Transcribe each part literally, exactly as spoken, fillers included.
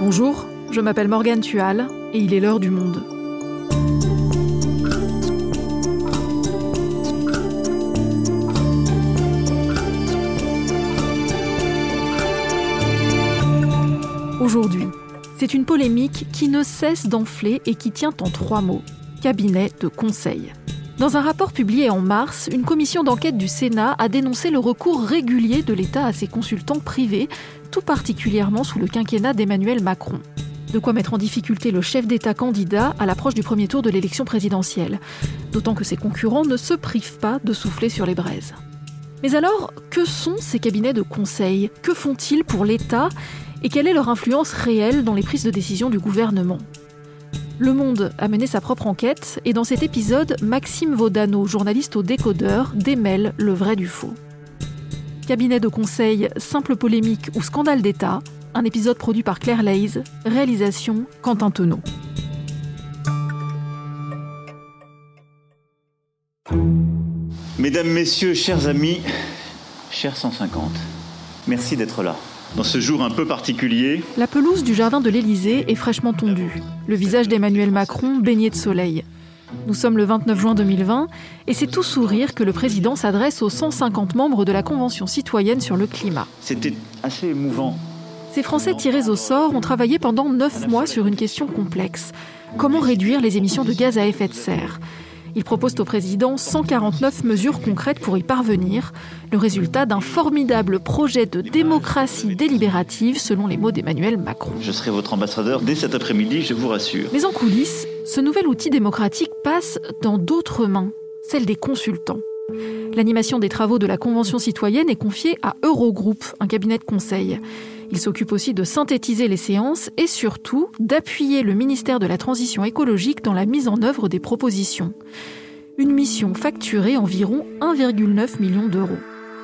Bonjour, je m'appelle Morgane Tual et il est l'heure du monde. Aujourd'hui, c'est une polémique qui ne cesse d'enfler et qui tient en trois mots : cabinet de conseil. Dans un rapport publié en mars, une commission d'enquête du Sénat a dénoncé le recours régulier de l'État à ses consultants privés, tout particulièrement sous le quinquennat d'Emmanuel Macron. De quoi mettre en difficulté le chef d'État candidat à l'approche du premier tour de l'élection présidentielle. D'autant que ses concurrents ne se privent pas de souffler sur les braises. Mais alors, que sont ces cabinets de conseil ? Que font-ils pour l'État ? Et quelle est leur influence réelle dans les prises de décision du gouvernement ? Le Monde a mené sa propre enquête et dans cet épisode, Maxime Vaudano, journaliste au Décodeur, démêle le vrai du faux. Cabinet de conseil, simple polémique ou scandale d'État, un épisode produit par Claire Laïs, réalisation Quentin Tenot. Mesdames, Messieurs, chers amis, chers cent cinquante, merci d'être là. Dans ce jour un peu particulier, la pelouse du jardin de l'Élysée est fraîchement tondue. Le visage d'Emmanuel Macron baigné de soleil. Nous sommes le vingt-neuf juin deux mille vingt et c'est tout sourire que le président s'adresse aux cent cinquante membres de la Convention citoyenne sur le climat. C'était assez émouvant. Ces Français tirés au sort ont travaillé pendant neuf mois sur une question complexe. Comment réduire les émissions de gaz à effet de serre ? Ils proposent au président cent quarante-neuf mesures concrètes pour y parvenir, le résultat d'un formidable projet de démocratie délibérative, selon les mots d'Emmanuel Macron. Je serai votre ambassadeur dès cet après-midi, je vous rassure. Mais en coulisses, ce nouvel outil démocratique passe dans d'autres mains, celles des consultants. L'animation des travaux de la Convention citoyenne est confiée à Eurogroupe, un cabinet de conseil. Il s'occupe aussi de synthétiser les séances et surtout d'appuyer le ministère de la Transition écologique dans la mise en œuvre des propositions. Une mission facturée environ un virgule neuf million d'euros.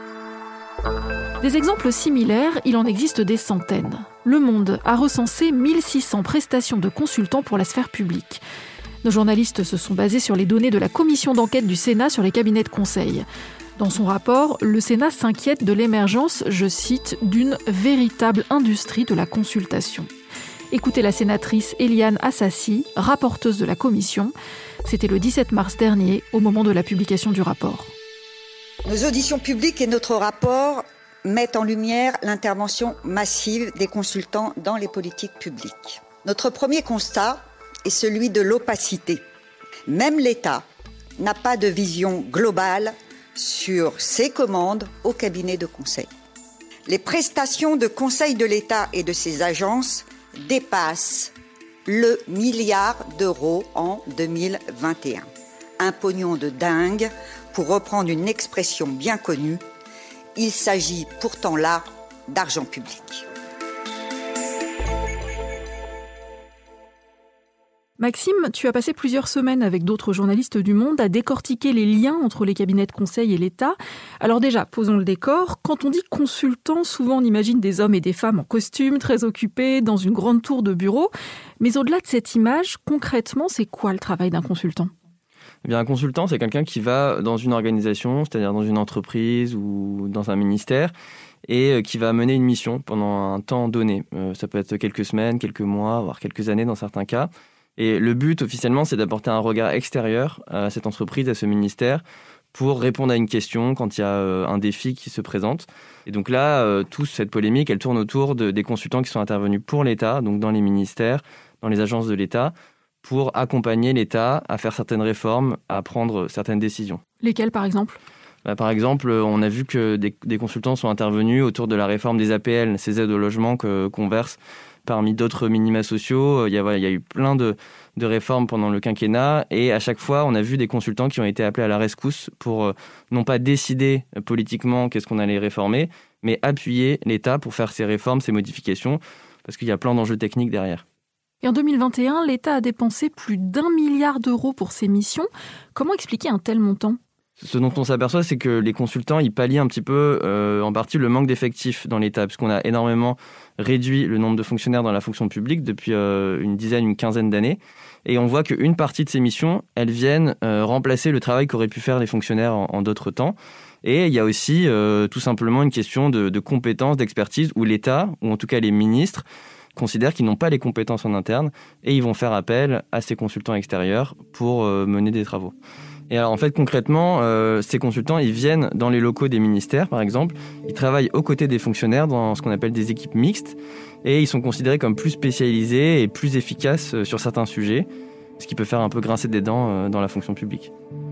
Des exemples similaires, il en existe des centaines. Le Monde a recensé mille six cents prestations de consultants pour la sphère publique. Nos journalistes se sont basés sur les données de la commission d'enquête du Sénat sur les cabinets de conseil. Dans son rapport, le Sénat s'inquiète de l'émergence, je cite, d'une véritable industrie de la consultation. Écoutez la sénatrice Éliane Assassi, rapporteuse de la commission. C'était le dix-sept mars dernier, au moment de la publication du rapport. Nos auditions publiques et notre rapport mettent en lumière l'intervention massive des consultants dans les politiques publiques. Notre premier constat est celui de l'opacité. Même l'État n'a pas de vision globale sur ses commandes au cabinet de conseil. Les prestations de conseil de l'État et de ses agences dépassent le milliard d'euros en deux mille vingt et un. Un pognon de dingue, pour reprendre une expression bien connue. Il s'agit pourtant là d'argent public. Maxime, tu as passé plusieurs semaines avec d'autres journalistes du Monde à décortiquer les liens entre les cabinets de conseil et l'État. Alors déjà, posons le décor. Quand on dit consultant, souvent on imagine des hommes et des femmes en costume, très occupés, dans une grande tour de bureau. Mais au-delà de cette image, concrètement, c'est quoi le travail d'un consultant ? Eh bien, un consultant, c'est quelqu'un qui va dans une organisation, c'est-à-dire dans une entreprise ou dans un ministère, et qui va mener une mission pendant un temps donné. Euh, ça peut être quelques semaines, quelques mois, voire quelques années dans certains cas. Et le but, officiellement, c'est d'apporter un regard extérieur à cette entreprise, à ce ministère, pour répondre à une question quand il y a un défi qui se présente. Et donc là, toute cette polémique, elle tourne autour de, des consultants qui sont intervenus pour l'État, donc dans les ministères, dans les agences de l'État, pour accompagner l'État à faire certaines réformes, à prendre certaines décisions. Lesquelles, par exemple ? Bah, par exemple, on a vu que des, des consultants sont intervenus autour de la réforme des A P L, ces aides au logement que, qu'on verse parmi d'autres minima sociaux. Il y a, il y a eu plein de, de réformes pendant le quinquennat et à chaque fois, on a vu des consultants qui ont été appelés à la rescousse pour euh, non pas décider politiquement qu'est-ce qu'on allait réformer, mais appuyer l'État pour faire ces réformes, ces modifications, parce qu'il y a plein d'enjeux techniques derrière. Et en deux mille vingt et un, l'État a dépensé plus d'un milliard d'euros pour ces missions. Comment expliquer un tel montant ? Ce dont on s'aperçoit, c'est que les consultants, ils pallient un petit peu, euh, en partie, le manque d'effectifs dans l'État, puisqu'on a énormément réduit le nombre de fonctionnaires dans la fonction publique depuis euh, une dizaine, une quinzaine d'années. Et on voit qu'une partie de ces missions, elles viennent euh, remplacer le travail qu'auraient pu faire les fonctionnaires en, en d'autres temps. Et il y a aussi euh, tout simplement une question de, de compétences, d'expertise, où l'État, ou en tout cas les ministres, considèrent qu'ils n'ont pas les compétences en interne et ils vont faire appel à ces consultants extérieurs pour euh, mener des travaux. Et alors en fait concrètement, euh, ces consultants ils viennent dans les locaux des ministères par exemple, ils travaillent aux côtés des fonctionnaires dans ce qu'on appelle des équipes mixtes et ils sont considérés comme plus spécialisés et plus efficaces euh, sur certains sujets, ce qui peut faire un peu grincer des dents euh, dans la fonction publique.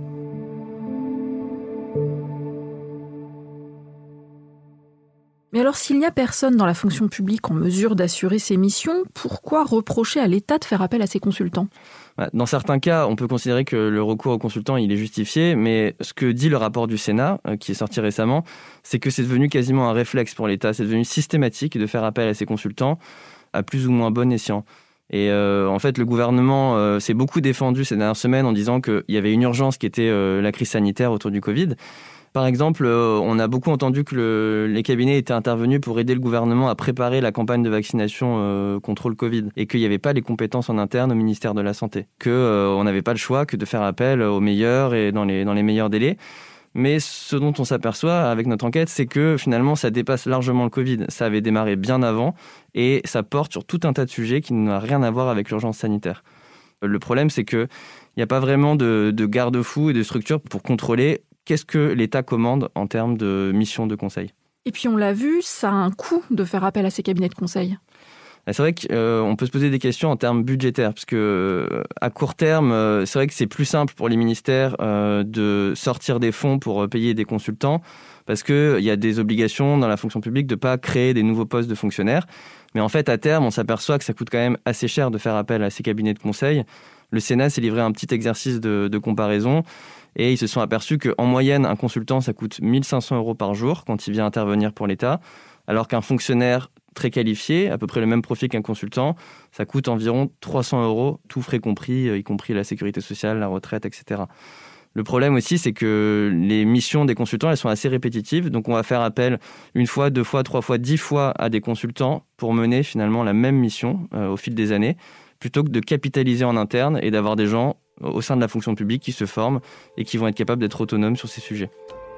Mais alors, s'il n'y a personne dans la fonction publique en mesure d'assurer ces missions, pourquoi reprocher à l'État de faire appel à ces consultants ? Dans certains cas, on peut considérer que le recours aux consultants il est justifié, mais ce que dit le rapport du Sénat, euh, qui est sorti récemment, c'est que c'est devenu quasiment un réflexe pour l'État. C'est devenu systématique de faire appel à ces consultants à plus ou moins bon escient. Et euh, en fait, le gouvernement euh, s'est beaucoup défendu ces dernières semaines en disant qu'il y avait une urgence qui était euh, la crise sanitaire autour du Covid. Par exemple, euh, on a beaucoup entendu que le, les cabinets étaient intervenus pour aider le gouvernement à préparer la campagne de vaccination euh, contre le Covid et qu'il n'y avait pas les compétences en interne au ministère de la Santé, qu'on euh, n'avait pas le choix que de faire appel aux meilleurs et dans les, dans les meilleurs délais. Mais ce dont on s'aperçoit avec notre enquête, c'est que finalement, ça dépasse largement le Covid. Ça avait démarré bien avant et ça porte sur tout un tas de sujets qui n'ont rien à voir avec l'urgence sanitaire. Le problème, c'est qu'il n'y a pas vraiment de, de garde-fous et de structures pour contrôler qu'est-ce que l'État commande en termes de mission de conseil. Et puis on l'a vu, ça a un coût de faire appel à ces cabinets de conseil. C'est vrai qu'on euh, peut se poser des questions en termes budgétaires, parce que euh, à court terme, euh, c'est vrai que c'est plus simple pour les ministères euh, de sortir des fonds pour euh, payer des consultants, parce qu'il y a des obligations dans la fonction publique de ne pas créer des nouveaux postes de fonctionnaires. Mais en fait, à terme, on s'aperçoit que ça coûte quand même assez cher de faire appel à ces cabinets de conseil. Le Sénat s'est livré un petit exercice de, de comparaison. Et ils se sont aperçus qu'en moyenne, un consultant, ça coûte mille cinq cents euros par jour quand il vient intervenir pour l'État, alors qu'un fonctionnaire très qualifié, à peu près le même profil qu'un consultant, ça coûte environ trois cents euros, tout frais compris, y compris la sécurité sociale, la retraite, et cetera. Le problème aussi, c'est que les missions des consultants, elles sont assez répétitives, donc on va faire appel une fois, deux fois, trois fois, dix fois à des consultants pour mener finalement la même mission euh, au fil des années, plutôt que de capitaliser en interne et d'avoir des gens au sein de la fonction publique qui se forment et qui vont être capables d'être autonomes sur ces sujets.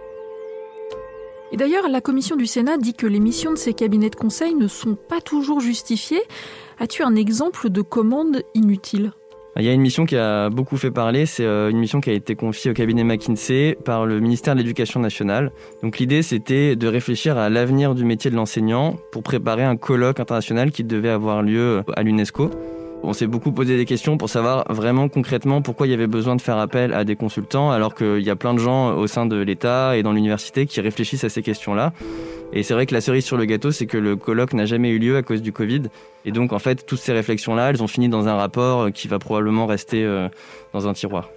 Et d'ailleurs, la commission du Sénat dit que les missions de ces cabinets de conseil ne sont pas toujours justifiées. As-tu un exemple de commande inutile ? Il y a une mission qui a beaucoup fait parler, c'est une mission qui a été confiée au cabinet McKinsey par le ministère de l'Éducation nationale. Donc l'idée, c'était de réfléchir à l'avenir du métier de l'enseignant pour préparer un colloque international qui devait avoir lieu à l'UNESCO. On s'est beaucoup posé des questions pour savoir vraiment concrètement pourquoi il y avait besoin de faire appel à des consultants alors qu'il y a plein de gens au sein de l'État et dans l'université qui réfléchissent à ces questions-là. Et c'est vrai que la cerise sur le gâteau, c'est que le colloque n'a jamais eu lieu à cause du Covid. Et donc, en fait, toutes ces réflexions-là, elles ont fini dans un rapport qui va probablement rester euh, dans un tiroir.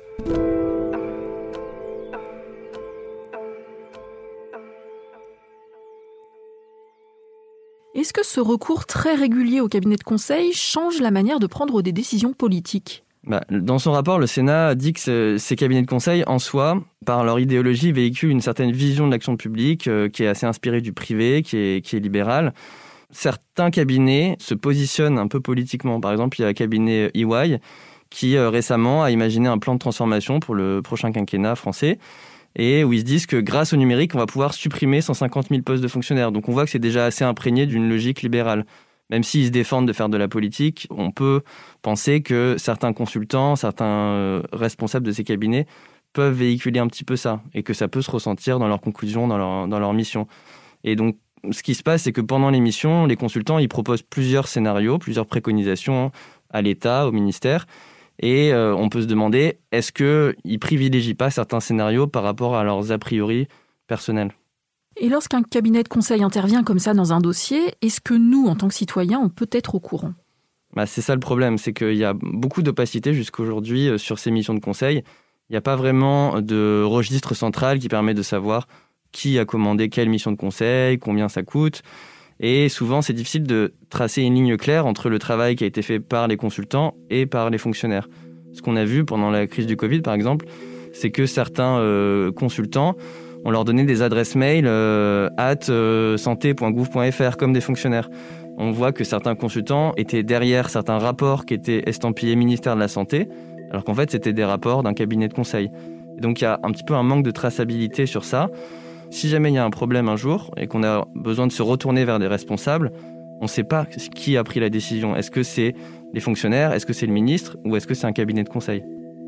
Est-ce que ce recours très régulier au cabinet de conseil change la manière de prendre des décisions politiques ? Bah, dans son rapport, le Sénat dit que ces cabinets de conseil, en soi, par leur idéologie, véhiculent une certaine vision de l'action publique euh, qui est assez inspirée du privé, qui est, qui est libérale. Certains cabinets se positionnent un peu politiquement. Par exemple, il y a le cabinet E Y qui euh, récemment a imaginé un plan de transformation pour le prochain quinquennat français et où ils se disent que grâce au numérique, on va pouvoir supprimer cent cinquante mille postes de fonctionnaires. Donc on voit que c'est déjà assez imprégné d'une logique libérale. Même s'ils se défendent de faire de la politique, on peut penser que certains consultants, certains responsables de ces cabinets peuvent véhiculer un petit peu ça et que ça peut se ressentir dans leurs conclusions, dans leur, dans leur mission. Et donc, ce qui se passe, c'est que pendant les missions, les consultants, ils proposent plusieurs scénarios, plusieurs préconisations à l'État, au ministère. Et euh, on peut se demander, est-ce qu'ils ne privilégient pas certains scénarios par rapport à leurs a priori personnels ? Et lorsqu'un cabinet de conseil intervient comme ça dans un dossier, est-ce que nous, en tant que citoyens, on peut être au courant ? Bah, c'est ça le problème, c'est qu'il y a beaucoup d'opacité jusqu'aujourd'hui sur ces missions de conseil. Il n'y a pas vraiment de registre central qui permet de savoir qui a commandé quelle mission de conseil, combien ça coûte. Et souvent, c'est difficile de tracer une ligne claire entre le travail qui a été fait par les consultants et par les fonctionnaires. Ce qu'on a vu pendant la crise du Covid, par exemple, c'est que certains euh, consultants, on leur donnait des adresses mail euh, at euh, santé point gouv point f r comme des fonctionnaires. On voit que certains consultants étaient derrière certains rapports qui étaient estampillés ministère de la Santé, alors qu'en fait, c'était des rapports d'un cabinet de conseil. Et donc, il y a un petit peu un manque de traçabilité sur ça. Si jamais il y a un problème un jour et qu'on a besoin de se retourner vers des responsables, On ne sait pas qui a pris la décision. Est-ce que c'est les fonctionnaires, est-ce que c'est le ministre ou est-ce que c'est un cabinet de conseil ?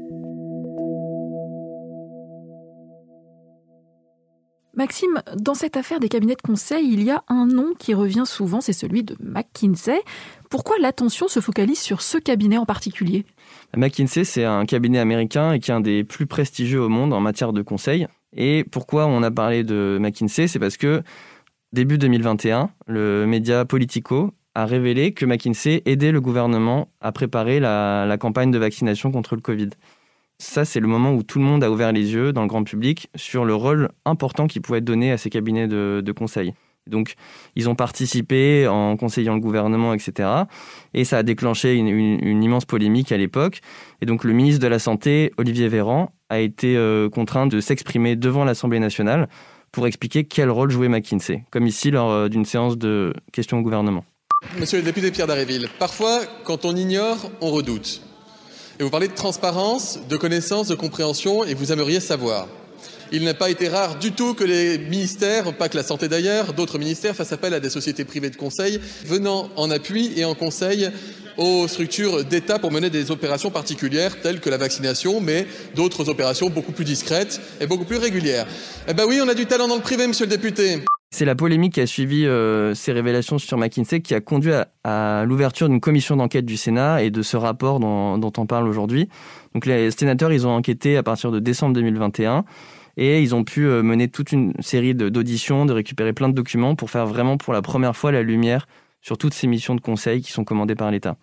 Maxime, dans cette affaire des cabinets de conseil, il y a un nom qui revient souvent, c'est celui de McKinsey. Pourquoi l'attention se focalise sur ce cabinet en particulier ? McKinsey, c'est un cabinet américain et qui est un des plus prestigieux au monde en matière de conseil. Et pourquoi on a parlé de McKinsey ? C'est parce que début deux mille vingt et un, le média Politico a révélé que McKinsey aidait le gouvernement à préparer la, la campagne de vaccination contre le Covid. Ça, c'est le moment où tout le monde a ouvert les yeux dans le grand public sur le rôle important qui pouvait être donné à ces cabinets de, de conseil. Donc, ils ont participé en conseillant le gouvernement, et cetera. Et ça a déclenché une, une, une immense polémique à l'époque. Et donc, le ministre de la Santé, Olivier Véran, a été euh, contraint de s'exprimer devant l'Assemblée nationale pour expliquer quel rôle jouait McKinsey, comme ici lors euh, d'une séance de questions au gouvernement. Monsieur le député Pierre Dharréville, parfois, quand on ignore, on redoute. Et vous parlez de transparence, de connaissance, de compréhension, et vous aimeriez savoir. Il n'a pas été rare du tout que les ministères, pas que la santé d'ailleurs, d'autres ministères fassent appel à des sociétés privées de conseil, venant en appui et en conseil aux structures d'État pour mener des opérations particulières, telles que la vaccination, mais d'autres opérations beaucoup plus discrètes et beaucoup plus régulières. Eh ben oui, on a du talent dans le privé, monsieur le député. C'est la polémique qui a suivi euh, ces révélations sur McKinsey qui a conduit à, à l'ouverture d'une commission d'enquête du Sénat et de ce rapport dont, dont on parle aujourd'hui. Donc les sénateurs, ils ont enquêté à partir de décembre deux mille vingt et un et ils ont pu mener toute une série de, d'auditions, de récupérer plein de documents pour faire vraiment pour la première fois la lumière sur toutes ces missions de conseil qui sont commandées par l'État.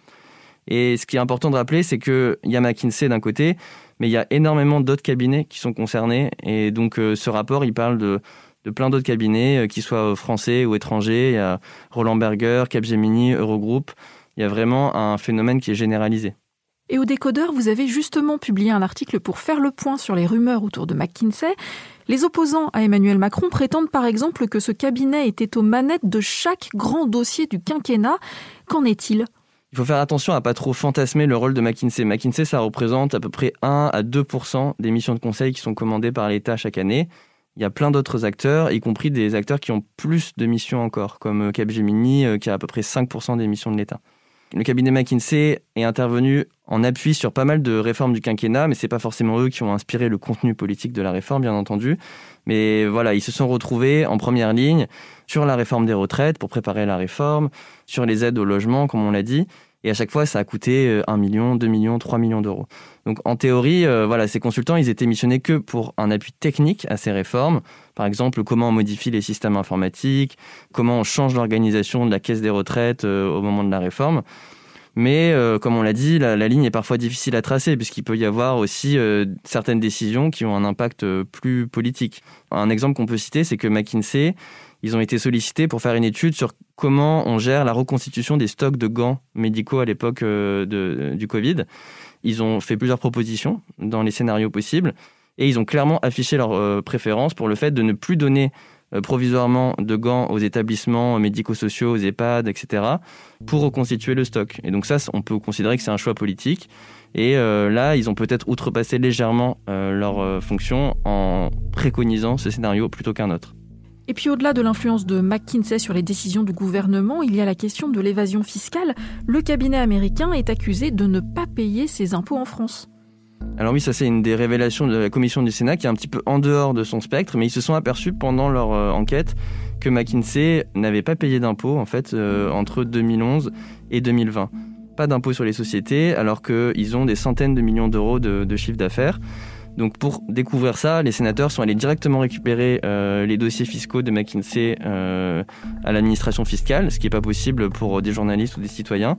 Et ce qui est important de rappeler, c'est qu'il y a McKinsey d'un côté, mais il y a énormément d'autres cabinets qui sont concernés. Et donc euh, ce rapport, il parle de... de plein d'autres cabinets, qu'ils soient français ou étrangers. Il y a Roland Berger, Capgemini, Eurogroup. Il y a vraiment un phénomène qui est généralisé. Et au Décodeur, vous avez justement publié un article pour faire le point sur les rumeurs autour de McKinsey. Les opposants à Emmanuel Macron prétendent par exemple que ce cabinet était aux manettes de chaque grand dossier du quinquennat. Qu'en est-il ? Il faut faire attention à pas trop fantasmer le rôle de McKinsey. McKinsey, ça représente à peu près un à deux pour cent des missions de conseil qui sont commandées par l'État chaque année. Il y a plein d'autres acteurs, y compris des acteurs qui ont plus de missions encore, comme Capgemini, qui a à peu près cinq pour cent des missions de l'État. Le cabinet McKinsey est intervenu en appui sur pas mal de réformes du quinquennat, mais c'est pas forcément eux qui ont inspiré le contenu politique de la réforme, bien entendu. Mais voilà, ils se sont retrouvés en première ligne sur la réforme des retraites pour préparer la réforme, sur les aides au logement, comme on l'a dit. Et à chaque fois, ça a coûté un million, deux millions, trois millions d'euros. Donc en théorie, euh, voilà, ces consultants, ils étaient missionnés que pour un appui technique à ces réformes. Par exemple, comment on modifie les systèmes informatiques, comment on change l'organisation de la caisse des retraites euh, au moment de la réforme. Mais euh, comme on l'a dit, la, la ligne est parfois difficile à tracer puisqu'il peut y avoir aussi euh, certaines décisions qui ont un impact euh, plus politique. Un exemple qu'on peut citer, c'est que McKinsey, ils ont été sollicités pour faire une étude sur comment on gère la reconstitution des stocks de gants médicaux à l'époque euh, de, du Covid. Ils ont fait plusieurs propositions dans les scénarios possibles et ils ont clairement affiché leur euh, préférence pour le fait de ne plus donner euh, provisoirement de gants aux établissements médico-sociaux, aux EHPAD, et cetera, pour reconstituer le stock. Et donc ça, on peut considérer que c'est un choix politique. Et euh, là, ils ont peut-être outrepassé légèrement euh, leur euh, fonction en préconisant ce scénario plutôt qu'un autre. Et puis au-delà de l'influence de McKinsey sur les décisions du gouvernement, il y a la question de l'évasion fiscale. Le cabinet américain est accusé de ne pas payer ses impôts en France. Alors oui, ça c'est une des révélations de la commission du Sénat qui est un petit peu en dehors de son spectre, mais ils se sont aperçus pendant leur euh, enquête que McKinsey n'avait pas payé d'impôts en fait euh, entre deux mille onze et deux mille vingt. Pas d'impôts sur les sociétés alors qu'ils ont des centaines de millions d'euros de, de chiffre d'affaires. Donc pour découvrir ça, les sénateurs sont allés directement récupérer euh, les dossiers fiscaux de McKinsey euh, à l'administration fiscale, ce qui n'est pas possible pour des journalistes ou des citoyens.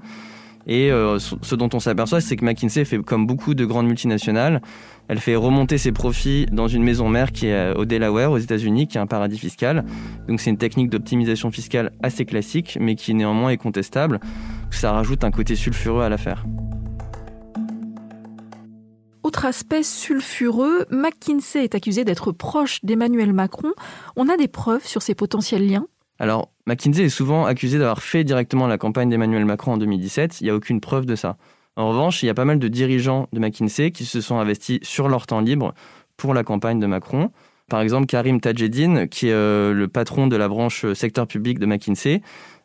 Et euh, ce dont on s'aperçoit, c'est que McKinsey fait comme beaucoup de grandes multinationales, elle fait remonter ses profits dans une maison mère qui est au Delaware, aux États-Unis, qui est un paradis fiscal. Donc c'est une technique d'optimisation fiscale assez classique, mais qui néanmoins est contestable. Ça rajoute un côté sulfureux à l'affaire. Autre aspect sulfureux, McKinsey est accusé d'être proche d'Emmanuel Macron. On a des preuves sur ces potentiels liens ? Alors, McKinsey est souvent accusé d'avoir fait directement la campagne d'Emmanuel Macron en deux mille dix-sept. Il n'y a aucune preuve de ça. En revanche, il y a pas mal de dirigeants de McKinsey qui se sont investis sur leur temps libre pour la campagne de Macron. Par exemple, Karim Tadjeddine, qui est euh, le patron de la branche secteur public de McKinsey,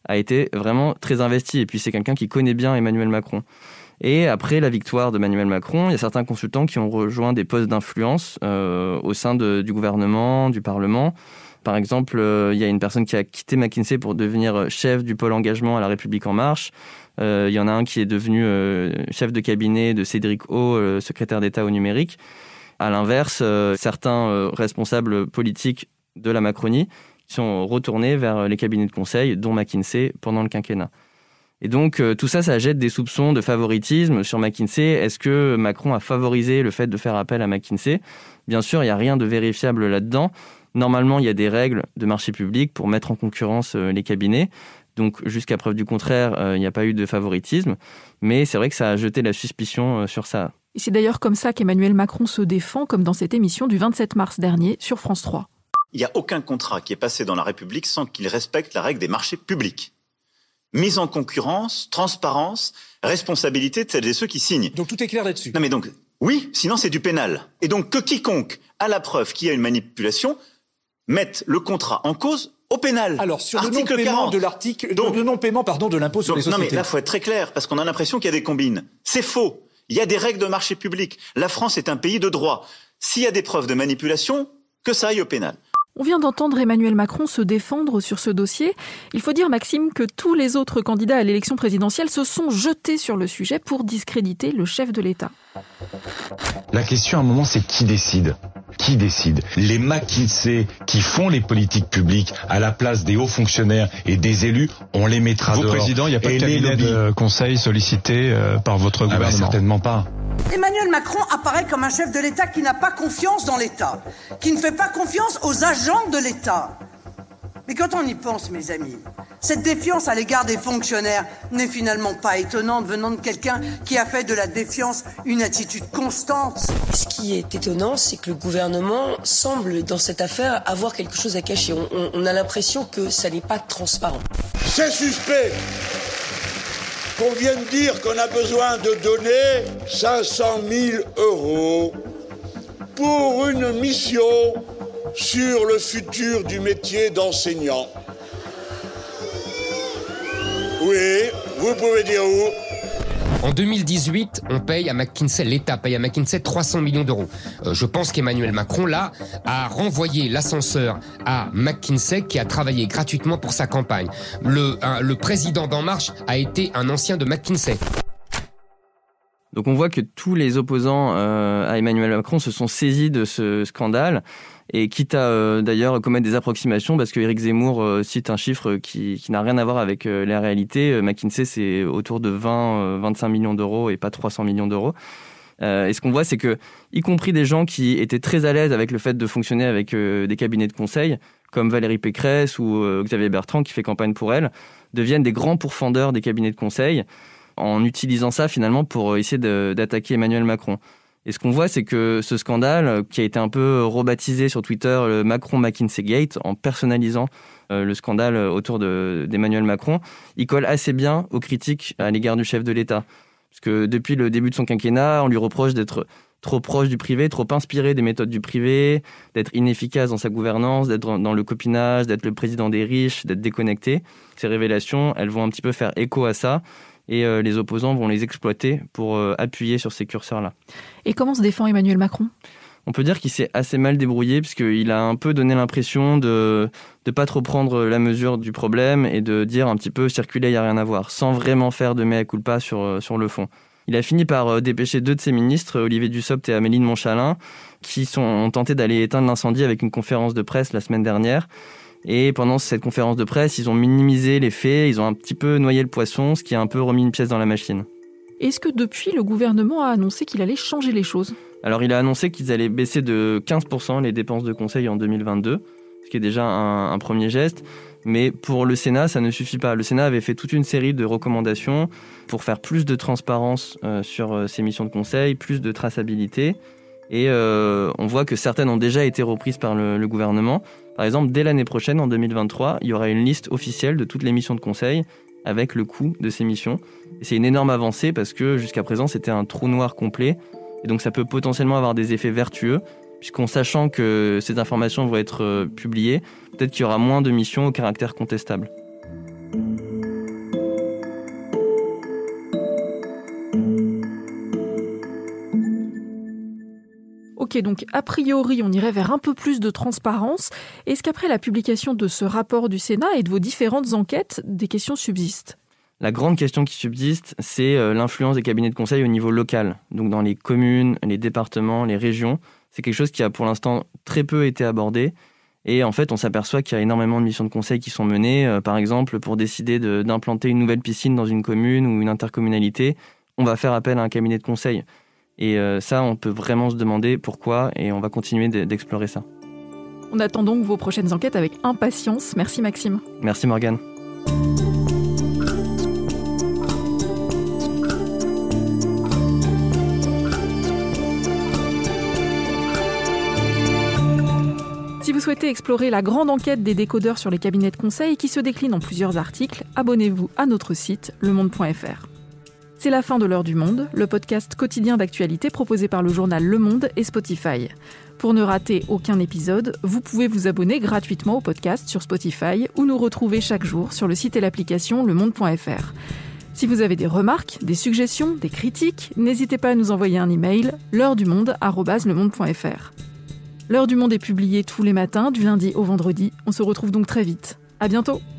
a été vraiment très investi. Et puis c'est quelqu'un qui connaît bien Emmanuel Macron. Et après la victoire d'Emmanuel Macron, il y a certains consultants qui ont rejoint des postes d'influence euh, au sein de, du gouvernement, du Parlement. Par exemple, euh, il y a une personne qui a quitté McKinsey pour devenir chef du pôle engagement à La République En Marche. Euh, il y en a un qui est devenu euh, chef de cabinet de Cédric O, euh, secrétaire d'État au numérique. À l'inverse, euh, certains euh, responsables politiques de la Macronie sont retournés vers les cabinets de conseil, dont McKinsey, pendant le quinquennat. Et donc, euh, tout ça, ça jette des soupçons de favoritisme sur McKinsey. Est-ce que Macron a favorisé le fait de faire appel à McKinsey ? Bien sûr, il n'y a rien de vérifiable là-dedans. Normalement, il y a des règles de marché public pour mettre en concurrence euh, les cabinets. Donc, jusqu'à preuve du contraire, euh, il n'y a pas eu de favoritisme. Mais c'est vrai que ça a jeté la suspicion euh, sur ça. Et c'est d'ailleurs comme ça qu'Emmanuel Macron se défend, comme dans cette émission du vingt-sept mars dernier sur France trois. Il n'y a aucun contrat qui est passé dans la République sans qu'il respecte la règle des marchés publics. Mise en concurrence, transparence, responsabilité de celles et ceux qui signent. Donc tout est clair là-dessus. Non mais donc, oui, sinon c'est du pénal. Et donc que quiconque a la preuve qu'il y a une manipulation mette le contrat en cause au pénal. Alors sur le non-paiement de l'article, donc le non-paiement pardon de l'impôt sur donc, les sociétés. Non mais là faut être très clair parce qu'on a l'impression qu'il y a des combines. C'est faux. Il y a des règles de marché public. La France est un pays de droit. S'il y a des preuves de manipulation, que ça aille au pénal. On vient d'entendre Emmanuel Macron se défendre sur ce dossier. Il faut dire, Maxime, que tous les autres candidats à l'élection présidentielle se sont jetés sur le sujet pour discréditer le chef de l'État. La question à un moment, c'est qui décide ? Qui décide ? Les McKinsey qui font les politiques publiques à la place des hauts fonctionnaires et des élus, on les mettra Vous, dehors. Vous, Président, il n'y a pas de cabinet de conseil sollicité euh, par votre ah gouvernement ? bah, certainement pas. Emmanuel Macron apparaît comme un chef de l'État qui n'a pas confiance dans l'État, qui ne fait pas confiance aux agents de l'État. Mais quand on y pense, mes amis, cette défiance à l'égard des fonctionnaires n'est finalement pas étonnante venant de quelqu'un qui a fait de la défiance une attitude constante. Ce qui est étonnant, c'est que le gouvernement semble, dans cette affaire, avoir quelque chose à cacher. On, on, on a l'impression que ça n'est pas transparent. C'est suspect qu'on vienne dire qu'on a besoin de donner cinq cent mille euros pour une mission sur le futur du métier d'enseignant. Oui, vous pouvez dire où ? En deux mille dix-huit, on paye à McKinsey, l'État paye à McKinsey trois cents millions d'euros. Euh, je pense qu'Emmanuel Macron, là, a renvoyé l'ascenseur à McKinsey qui a travaillé gratuitement pour sa campagne. Le, un, le président d'En Marche a été un ancien de McKinsey. Donc on voit que tous les opposants euh, à Emmanuel Macron se sont saisis de ce scandale et quitte à euh, d'ailleurs commettre des approximations parce que Éric Zemmour euh, cite un chiffre qui, qui n'a rien à voir avec euh, la réalité. Euh, McKinsey c'est autour de vingt à vingt-cinq millions d'euros et pas trois cents millions d'euros. Euh, et ce qu'on voit c'est que, y compris des gens qui étaient très à l'aise avec le fait de fonctionner avec euh, des cabinets de conseil, comme Valérie Pécresse ou euh, Xavier Bertrand qui fait campagne pour elle, deviennent des grands pourfendeurs des cabinets de conseil en utilisant ça finalement pour essayer de, d'attaquer Emmanuel Macron. Et ce qu'on voit, c'est que ce scandale, qui a été un peu rebaptisé sur Twitter le Macron-McKinsey Gate, en personnalisant euh, le scandale autour de, d'Emmanuel Macron, il colle assez bien aux critiques à l'égard du chef de l'État. Parce que depuis le début de son quinquennat, on lui reproche d'être trop proche du privé, trop inspiré des méthodes du privé, d'être inefficace dans sa gouvernance, d'être dans le copinage, d'être le président des riches, d'être déconnecté. Ces révélations, elles vont un petit peu faire écho à ça. Et euh, les opposants vont les exploiter pour euh, appuyer sur ces curseurs-là. Et comment se défend Emmanuel Macron ? On peut dire qu'il s'est assez mal débrouillé puisqu'il a un peu donné l'impression de ne pas trop prendre la mesure du problème et de dire un petit peu « circuler, il n'y a rien à voir », sans vraiment faire de mea culpa sur, sur le fond. Il a fini par dépêcher deux de ses ministres, Olivier Dussopt et Amélie de Montchalin, qui sont, ont tenté d'aller éteindre l'incendie avec une conférence de presse la semaine dernière. Et pendant cette conférence de presse, ils ont minimisé les faits, ils ont un petit peu noyé le poisson, ce qui a un peu remis une pièce dans la machine. Est-ce que depuis, le gouvernement a annoncé qu'il allait changer les choses ? Alors il a annoncé qu'ils allaient baisser de quinze pour cent les dépenses de conseil en deux mille vingt-deux, ce qui est déjà un, un premier geste. Mais pour le Sénat, ça ne suffit pas. Le Sénat avait fait toute une série de recommandations pour faire plus de transparence euh, sur euh, ces missions de conseil, plus de traçabilité. Et euh, on voit que certaines ont déjà été reprises par le, le gouvernement. Par exemple, dès l'année prochaine, en deux mille vingt-trois, il y aura une liste officielle de toutes les missions de conseil avec le coût de ces missions. Et c'est une énorme avancée parce que jusqu'à présent, c'était un trou noir complet. Et donc ça peut potentiellement avoir des effets vertueux, puisqu'en sachant que ces informations vont être publiées, peut-être qu'il y aura moins de missions au caractère contestable. Ok, donc a priori, on irait vers un peu plus de transparence. Est-ce qu'après la publication de ce rapport du Sénat et de vos différentes enquêtes, des questions subsistent ? La grande question qui subsiste, c'est l'influence des cabinets de conseil au niveau local. Donc dans les communes, les départements, les régions. C'est quelque chose qui a pour l'instant très peu été abordé. Et en fait, on s'aperçoit qu'il y a énormément de missions de conseil qui sont menées. Euh, par exemple, pour décider de, d'implanter une nouvelle piscine dans une commune ou une intercommunalité, on va faire appel à un cabinet de conseil. Et euh, ça, on peut vraiment se demander pourquoi, et on va continuer de, d'explorer ça. On attend donc vos prochaines enquêtes avec impatience. Merci Maxime. Merci Morgane. Si vous souhaitez explorer la grande enquête des décodeurs sur les cabinets de conseil qui se décline en plusieurs articles, abonnez-vous à notre site le monde point f r. C'est la fin de l'heure du Monde, le podcast quotidien d'actualité proposé par le journal Le Monde et Spotify. Pour ne rater aucun épisode, vous pouvez vous abonner gratuitement au podcast sur Spotify ou nous retrouver chaque jour sur le site et l'application le monde point f r. Si vous avez des remarques, des suggestions, des critiques, n'hésitez pas à nous envoyer un email l'heure du monde arobase le monde point f r. L'heure du Monde est publiée tous les matins, du lundi au vendredi. On se retrouve donc très vite. À bientôt!